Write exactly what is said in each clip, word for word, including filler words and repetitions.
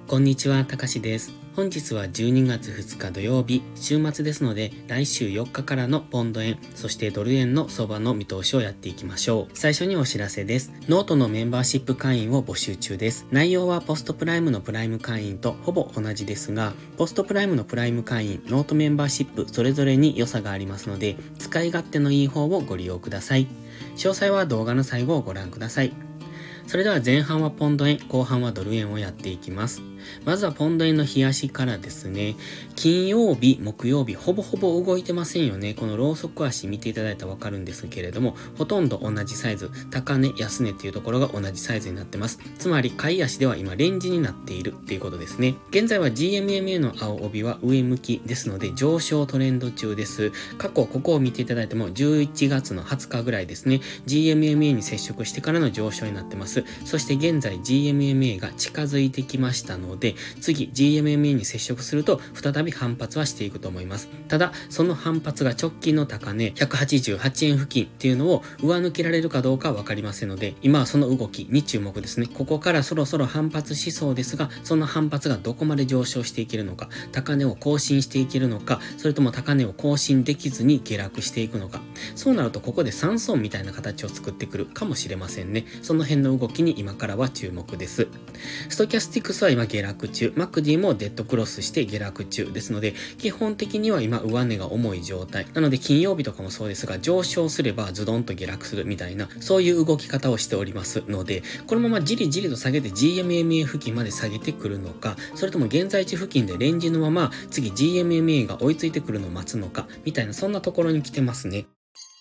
こんにちは、たかしです。本日はじゅうにがつふつか土曜日、週末ですので、来週よっかからのポンド円、そしてドル円の相場の見通しをやっていきましょう。最初にお知らせです。ノートのメンバーシップ会員を募集中です。内容はポストプライムのプライム会員とほぼ同じですが、ポストプライムのプライム会員、ノートメンバーシップそれぞれに良さがありますので、使い勝手のいい方をご利用ください。詳細は動画の最後をご覧ください。それでは前半はポンド円、後半はドル円をやっていきます。まずはポンド円の冷やしからですね。金曜日、木曜日、ほぼほぼ動いてませんよね。このローソク足見ていただいたらわかるんですけれども、ほとんど同じサイズ、高値、安値っていうところが同じサイズになってます。つまり、買い足では今レンジになっているっていうことですね。現在は ジーエムエムエー の青帯は上向きですので、上昇トレンド中です。過去、ここを見ていただいても、じゅういちがつのはつかぐらいですね。ジーエムエムエー に接触してからの上昇になってます。そして現在 ジーエムエムエー が近づいてきましたので、次 ジーエムエムエー に接触すると再び反発はしていくと思います。ただ、その反発が直近の高値ひゃくはちじゅうはちえん付近っていうのを上抜けられるかどうかはわかりませんので、今はその動きに注目ですね。ここからそろそろ反発しそうですが、その反発がどこまで上昇していけるのか、高値を更新していけるのか、それとも高値を更新できずに下落していくのか。そうなるとここで三尊みたいな形を作ってくるかもしれませんね。その辺の動きに今からは注目です。ストキャスティクスは今下落中、マクディもデッドクロスして下落中ですので、基本的には今上値が重い状態。なので金曜日とかもそうですが、上昇すればズドンと下落するみたいな、そういう動き方をしておりますので、このままじりじりと下げて ジーエムエムエー 付近まで下げてくるのか、それとも現在地付近でレンジのまま次 ジーエムエムエー が追いついてくるのを待つのか、みたいなそんなところに来てますね。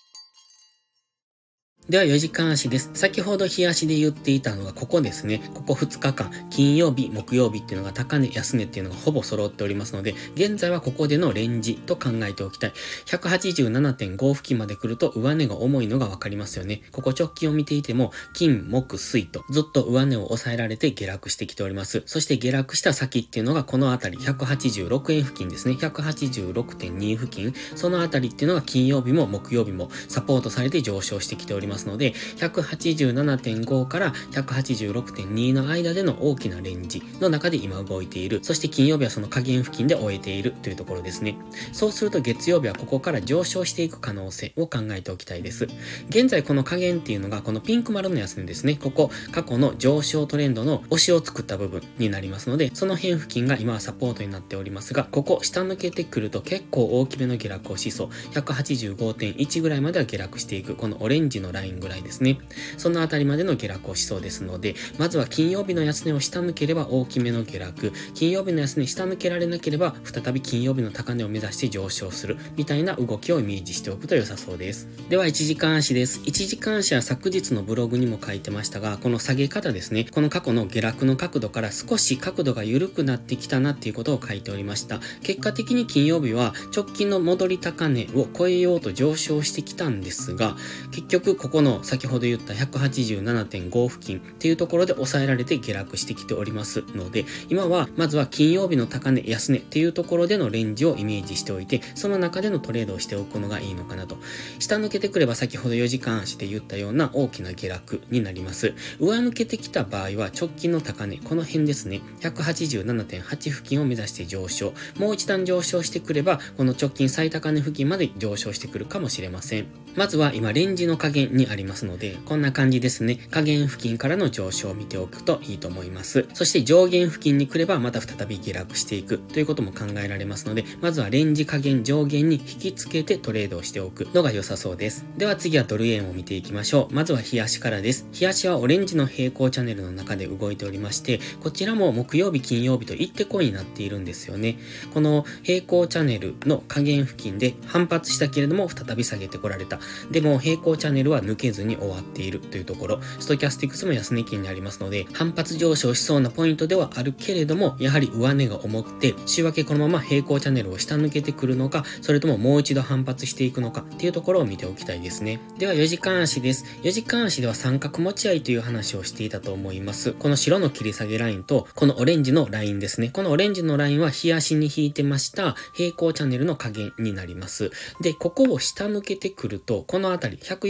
ではよじかん足です。先ほど日足で言っていたのがここですね。ここふつかかん、金曜日、木曜日っていうのが高値、安値っていうのがほぼ揃っておりますので、現在はここでのレンジと考えておきたい。ひゃくはちじゅうななてんご 付近まで来ると上値が重いのがわかりますよね。ここ直近を見ていても、金、木、水とずっと上値を抑えられて下落してきております。そして下落した先っていうのがこのあたり、ひゃくはちじゅうろくえん付近ですね。ひゃくはちじゅうろくてんに 付近。そのあたりっていうのが金曜日も木曜日もサポートされて上昇してきております。ので、ひゃくはちじゅうななてんご からひゃくはちじゅうろくてんに の間での大きなレンジの中で今動いている。そして金曜日はその下限付近で終えているというところですね。そうすると月曜日はここから上昇していく可能性を考えておきたいです。現在この下限っていうのがこのピンク丸の安値ですね。ここ過去の上昇トレンドの押しを作った部分になりますので、その辺付近が今はサポートになっておりますが、ここ下抜けてくると結構大きめの下落をしそう。ひゃくはちじゅうごてんいち ぐらいまでは下落していく。このオレンジのラインぐらいですね。そのあたりまでの下落をしそうですので、まずは金曜日の安値を下抜ければ大きめの下落、金曜日の安値下抜けられなければ再び金曜日の高値を目指して上昇するみたいな動きをイメージしておくと良さそうです。ではいちじかん足です。いちじかん足は昨日のブログにも書いてましたが、この下げ方ですね、この過去の下落の角度から少し角度が緩くなってきたなっていうことを書いておりました。結果的に金曜日は直近の戻り高値を超えようと上昇してきたんですが、結局ここの先ほど言った ひゃくはちじゅうななてんご 付近っていうところで抑えられて下落してきておりますので、今はまずは金曜日の高値、安値っていうところでのレンジをイメージしておいて、その中でのトレードをしておくのがいいのかなと。下抜けてくれば先ほどよじかん足で言ったような大きな下落になります。上抜けてきた場合は直近の高値、この辺ですね、ひゃくはちじゅうななてんはち 付近を目指して上昇。もう一段上昇してくれば、この直近最高値付近まで上昇してくるかもしれません。まずは今レンジの加減にありますので、こんな感じですね。下限付近からの上昇を見ておくといいと思います。そして上限付近に来ればまた再び下落していくということも考えられますので、まずはレンジ下限上限に引き付けてトレードをしておくのが良さそうです。では次はドル円を見ていきましょう。まずは日足からです。日足はオレンジの平行チャンネルの中で動いておりまして、こちらも木曜日金曜日と行ってこいになっているんですよね。この平行チャンネルの下限付近で反発したけれども再び下げてこられた。でも平行チャンネルは抜けずに終わっているというところ、ストキャスティクスも安値圏にありますので、反発上昇しそうなポイントではあるけれども、やはり上値が重くて、週明けこのまま平行チャンネルを下抜けてくるのか、それとももう一度反発していくのかっていうところを見ておきたいですね。ではよじかん足です。よじかん足では三角持ち合いという話をしていたと思います。この白の切り下げラインと、このオレンジのラインですね。このオレンジのラインは日足に引いてました平行チャンネルの加減になります。で、ここを下抜けてくると、このあたりひゃくよんじゅうご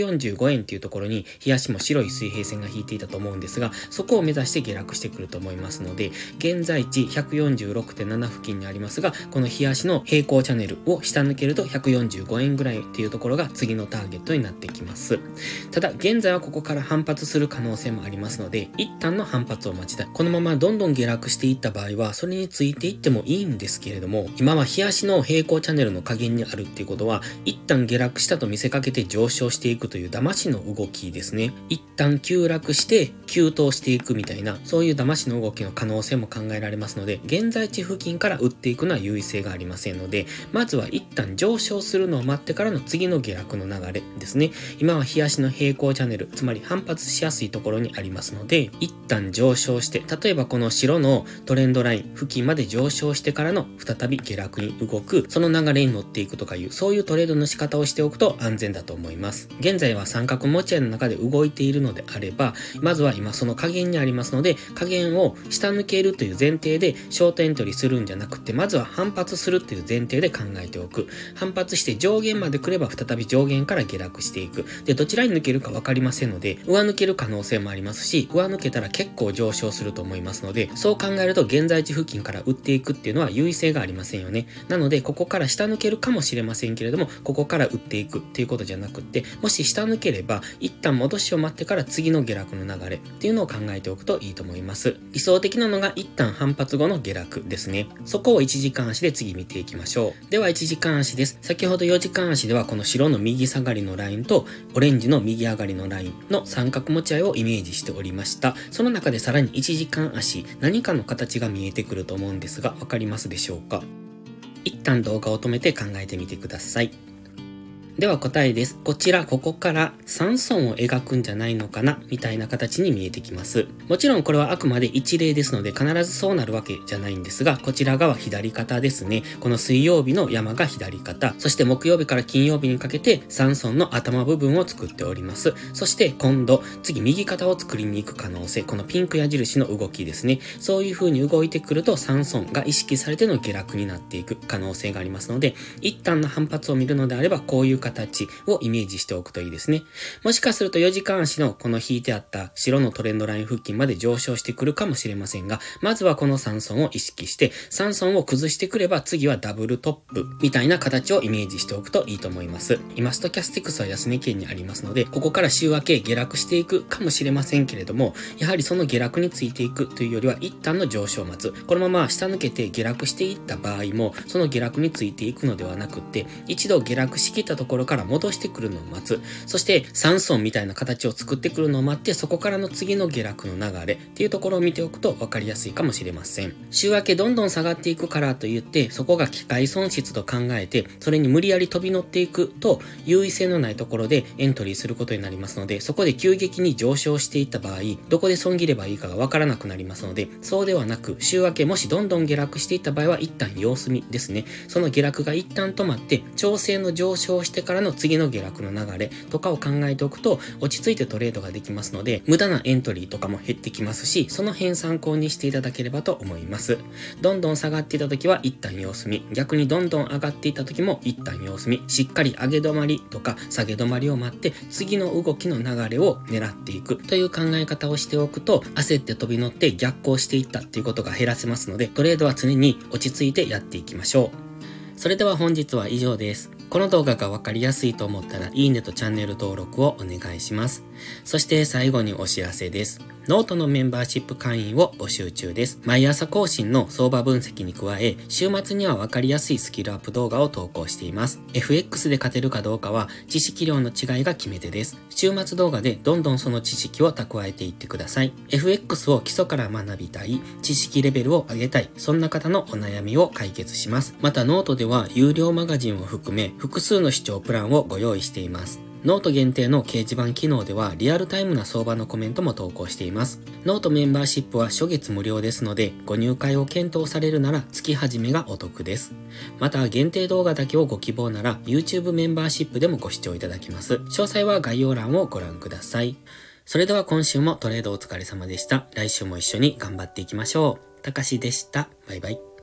ごえんっていうところに、日足も白い水平線が引いていたと思うんですが、そこを目指して下落してくると思いますので、現在地 ひゃくよんじゅうろくてんなな 付近にありますが、この日足の平行チャンネルを下抜けるとひゃくよんじゅうごえんぐらいっていうところが次のターゲットになってきます。ただ、現在はここから反発する可能性もありますので、一旦の反発を待ちたい。このままどんどん下落していった場合は、それについていってもいいんですけれども、今は日足の平行チャンネルの下限にあるっていうことは、一旦下落したと見せかけて上昇していくという騙しの動きですね。一旦急落して急騰していくみたいな、そういう騙しの動きの可能性も考えられますので、現在地付近から売っていくのは優位性がありませんので、まずは一旦上昇するのを待ってからの次の下落の流れですね。今は日足の平行チャンネル、つまり反発しやすいところにありますので、一旦上昇して、例えばこの白のトレンドライン付近まで上昇してからの再び下落に動く、その流れに乗っていくとかいう、そういうトレードの仕方をしておくと安全だと思います。現在は三角持ち合いの中で動いているのであれば、まずは今その下限にありますので、下限を下抜けるという前提でショートエントリーするんじゃなくて、まずは反発するという前提で考えておく。反発して上限まで来れば再び上限から下落していく。で、どちらに抜けるか分かりませんので、上抜ける可能性もありますし、上抜けたら結構上昇すると思いますので、そう考えると現在地付近から売っていくっていうのは優位性がありませんよね。なので、ここから下抜けるかもしれませんけれども、ここから売っていくっていうことじゃなくって、もし下抜ければ、一旦戻しを待ってから次の下落の流れっていうのを考えておくといいと思います。理想的なのが一旦反発後の下落ですね。そこをいちじかん足で次見ていきましょう。ではいちじかん足です。先ほどよじかん足ではこの白の右下がりのラインとオレンジの右上がりのラインの三角持ち合いをイメージしておりました。その中でさらにいちじかん足、何かの形が見えてくると思うんですが、わかりますでしょうか？一旦動画を止めて考えてみてください。では答えです。こちら、ここから三尊を描くんじゃないのかなみたいな形に見えてきます。もちろんこれはあくまで一例ですので必ずそうなるわけじゃないんですが、こちら側左肩ですね。この水曜日の山が左肩、そして木曜日から金曜日にかけて三尊の頭部分を作っております。そして今度、次右肩を作りに行く可能性、このピンク矢印の動きですね。そういう風に動いてくると三尊が意識されての下落になっていく可能性がありますので、一旦の反発を見るのであればこういう形をイメージしておくといいですね。もしかするとよじかん足のこの引いてあった白のトレンドライン付近まで上昇してくるかもしれませんが、まずはこの三尊を意識して、三尊を崩してくれば次はダブルトップみたいな形をイメージしておくといいと思います。今ストキャスティクスは安値圏にありますので、ここから週明け下落していくかもしれませんけれども、やはりその下落についていくというよりは一旦の上昇を待つ。このまま下抜けて下落していった場合も、その下落についていくのではなくって、一度下落しきったところから戻してくるのを待つ。そして三尊みたいな形を作ってくるのを待って、そこからの次の下落の流れっていうところを見ておくと分かりやすいかもしれません。週明けどんどん下がっていくからといって、そこが機会損失と考えて、それに無理やり飛び乗っていくと、優位性のないところでエントリーすることになりますので、そこで急激に上昇していった場合、どこで損切ればいいかが分からなくなりますので、そうではなく、週明けもしどんどん下落していった場合は一旦様子見ですね。その下落が一旦止まって、調整の上昇をしてからの次の下落の流れとかを考えておくと、落ち着いてトレードができますので、無駄なエントリーとかも減ってきますし、その辺参考にしていただければと思います。どんどん下がっていた時は一旦様子見、逆にどんどん上がっていた時も一旦様子見、しっかり上げ止まりとか下げ止まりを待って、次の動きの流れを狙っていくという考え方をしておくと、焦って飛び乗って逆行していったっていうことが減らせますので、トレードは常に落ち着いてやっていきましょう。それでは本日は以上です。この動画がわかりやすいと思ったらいいねとチャンネル登録をお願いします。そして最後にお知らせです。ノートのメンバーシップ会員を募集中です。毎朝更新の相場分析に加え、週末にはわかりやすいスキルアップ動画を投稿しています。エフエックス で勝てるかどうかは知識量の違いが決め手です。週末動画でどんどんその知識を蓄えていってください。エフエックス を基礎から学びたい、知識レベルを上げたい、そんな方のお悩みを解決します。またノートでは有料マガジンを含め複数の視聴プランをご用意しています。ノート限定の掲示板機能ではリアルタイムな相場のコメントも投稿しています。ノートメンバーシップは初月無料ですので、ご入会を検討されるなら月始めがお得です。また限定動画だけをご希望なら YouTube メンバーシップでもご視聴いただけます。詳細は概要欄をご覧ください。それでは今週もトレードお疲れ様でした。来週も一緒に頑張っていきましょう。たかしでした。バイバイ。